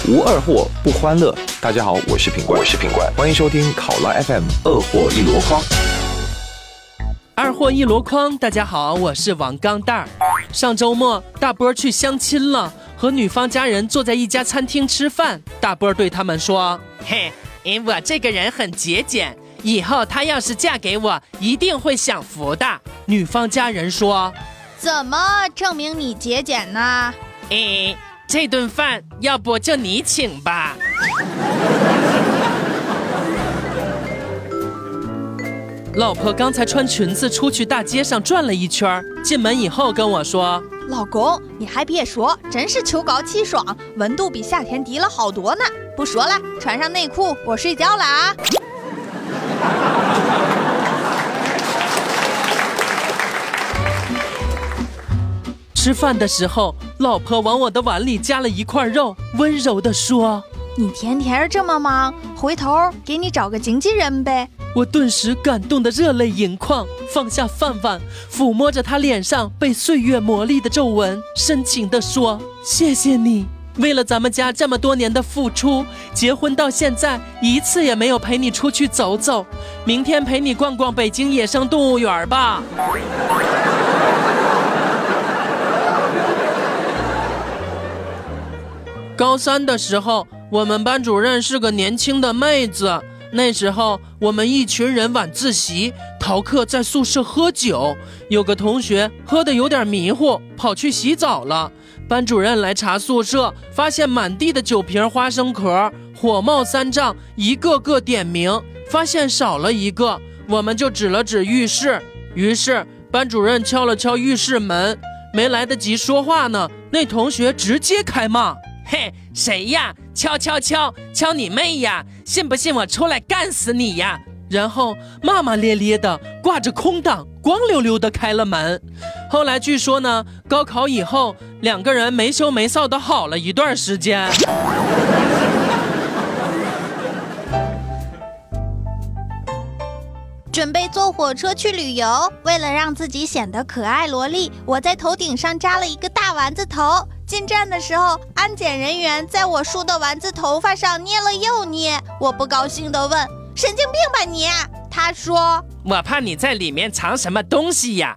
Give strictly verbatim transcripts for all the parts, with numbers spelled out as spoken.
无二货不欢乐。大家好，我是品冠，我是品冠，欢迎收听考拉 F M 二货一箩筐。 二货一箩筐，大家好，我是王钢蛋儿。上周末大波去相亲了，和女方家人坐在一家餐厅吃饭。大波对他们说：嘿，我这个人很节俭，以后她要是嫁给我，一定会享福的。女方家人说： 怎么证明你节俭呢？ 诶，这顿饭要不就你请吧。老婆刚才穿裙子出去大街上转了一圈，进门以后跟我说： 老公，你还别说，真是秋高气爽，温度比夏天低了好多呢。不说了，穿上内裤，我睡觉了啊。 吃饭的时候，老婆往我的碗里夹了一块肉，温柔地说： 你天天这么忙，回头给你找个经纪人呗。 我顿时感动得热泪盈眶，放下饭碗，抚摸着她脸上被岁月磨砺的皱纹，深情地说：谢谢你，为了咱们家这么多年的付出，结婚到现在一次也没有陪你出去走走，明天陪你逛逛北京野生动物园吧。高三的时候，我们班主任是个年轻的妹子。那时候我们一群人晚自习逃课，在宿舍喝酒，有个同学喝得有点迷糊，跑去洗澡了。班主任来查宿舍，发现满地的酒瓶、花生壳，火冒三丈，一个个点名，发现少了一个，我们就指了指浴室。于是班主任敲了敲浴室门，没来得及说话呢，那同学直接开骂：嘿，谁呀？敲敲敲，敲你妹呀！信不信我出来干死你呀？然后骂骂咧咧的，挂着空档，光溜溜的开了门。后来据说呢，高考以后两个人没羞没臊的好了一段时间。 准备坐火车去旅游，为了让自己显得可爱萝莉，我在头顶上扎了一个大丸子头。进站的时候，安检人员在我梳的丸子头发上捏了又捏，我不高兴地问：神经病吧你？他说： 我怕你在里面藏什么东西呀。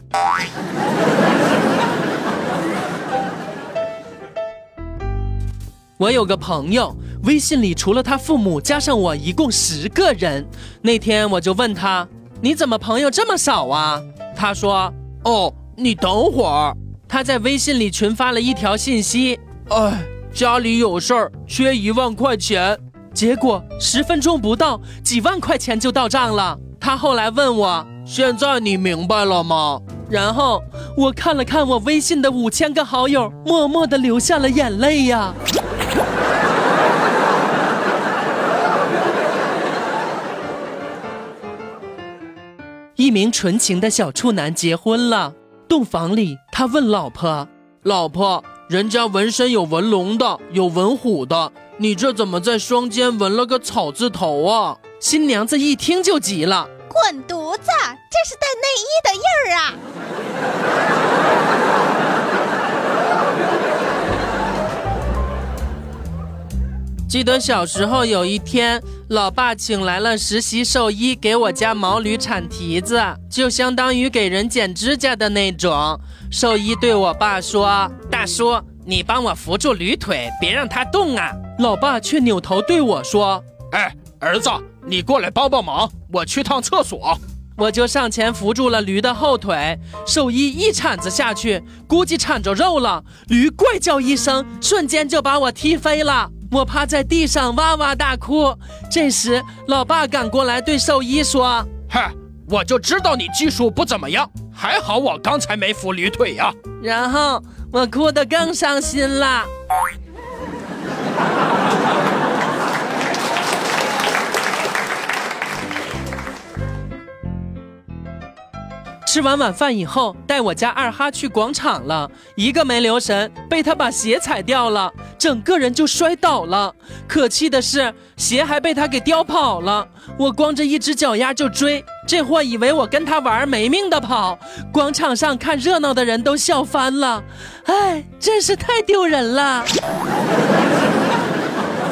我有个朋友，微信里除了他父母加上我一共十个人。那天我就问他：你怎么朋友这么少啊？他说：哦，你等会儿。他在微信里群发了一条信息：哎，家里有事儿，缺一万块钱。结果十分钟不到，几万块钱就到账了。他后来问我：现在你明白了吗？然后我看了看我微信的五千个好友，默默地流下了眼泪呀。一名纯情的小处男结婚了。洞房里，他问老婆：老婆，人家纹身有纹龙的，有纹虎的，你这怎么在双肩纹了个草字头啊？新娘子一听就急了： 滚犊子，这是带内衣的印儿啊！ 记得小时候有一天，老爸请来了实习兽医给我家毛驴铲蹄子，就相当于给人剪指甲的那种。兽医对我爸说：大叔，你帮我扶住驴腿，别让它动啊。老爸却扭头对我说：哎，儿子，你过来帮帮忙，我去趟厕所。我就上前扶住了驴的后腿，兽医一铲子下去，估计铲着肉了，驴怪叫一声，瞬间就把我踢飞了。我趴在地上哇哇大哭。这时老爸赶过来对兽医说：嗨，我就知道你技术不怎么样，还好我刚才没扶驴腿呀。然后我哭得更伤心了。吃完晚饭以后，带我家二哈去广场了，一个没留神，被他把鞋踩掉了，整个人就摔倒了。可气的是，鞋还被他给叼跑了。我光着一只脚丫就追，这货以为我跟他玩，没命的跑。广场上看热闹的人都笑翻了，哎，真是太丢人了。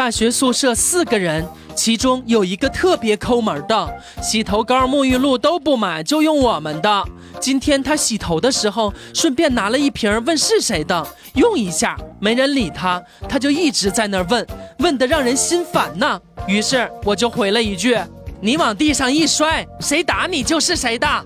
大学宿舍四个人，其中有一个特别抠门的，洗头膏、沐浴露都不买，就用我们的。今天他洗头的时候，顺便拿了一瓶，问是谁的，用一下，没人理他，他就一直在那儿问，问得让人心烦呢。于是我就回了一句：“你往地上一摔，谁打你就是谁的。”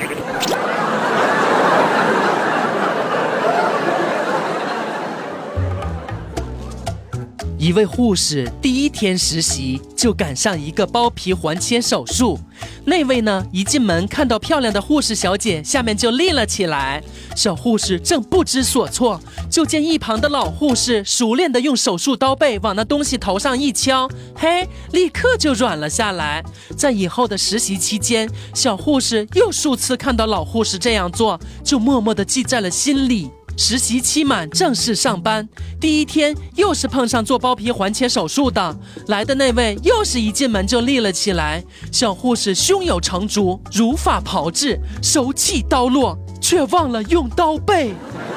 一位护士第一天实习就赶上一个包皮环切手术，那位呢一进门看到漂亮的护士小姐，下面就立了起来。小护士正不知所措，就见一旁的老护士熟练地用手术刀背往那东西头上一敲，嘿，立刻就软了下来。在以后的实习期间，小护士又数次看到老护士这样做，就默默地记在了心里。实习期满，正式上班。第一天又是碰上做包皮环切手术的，来的那位又是一进门就立了起来。小护士胸有成竹，如法炮制，手起刀落，却忘了用刀背。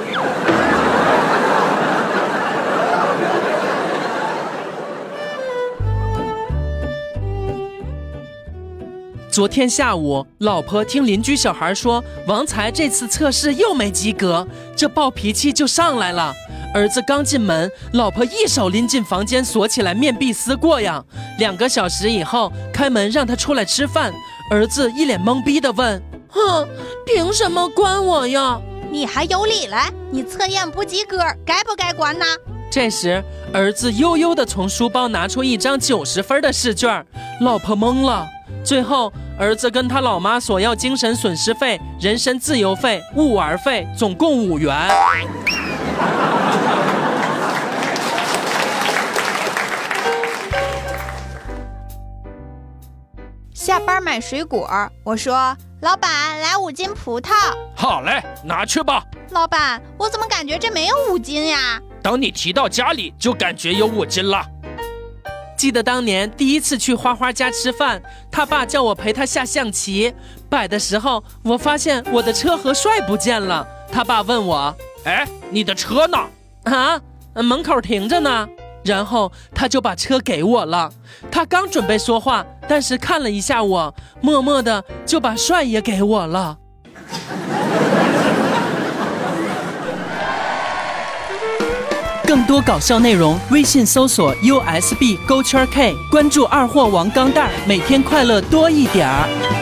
昨天下午，老婆听邻居小孩说，王才这次测试又没及格，这暴脾气就上来了。儿子刚进门，老婆一手拎进房间锁起来，面壁思过呀。两个小时以后，开门让他出来吃饭，儿子一脸懵逼地问：“哼，凭什么关我呀？ 你还有理来？你测验不及格，该不该关呢？” 这时，儿子悠悠地从书包拿出一张九十分的试卷，老婆懵了。最后，儿子跟他老妈索要精神损失费、人身自由费、误玩费，总共五元。 下班买水果，我说：“老板，来五斤葡萄。” 好嘞，拿去吧。 老板，我怎么感觉这没有五斤呀？ 等你提到家里，就感觉有五斤了。 记得当年第一次去花花家吃饭，他爸叫我陪他下象棋，摆的时候我发现我的车和帅不见了。他爸问我：“ 哎，你的车呢？” 啊，门口停着呢。然后他就把车给我了。他刚准备说话，但是看了一下我，默默的就把帅也给我了。更多搞笑内容，微信搜索 U S B 勾圈 K， 关注二货王钢蛋儿，每天快乐多一点儿。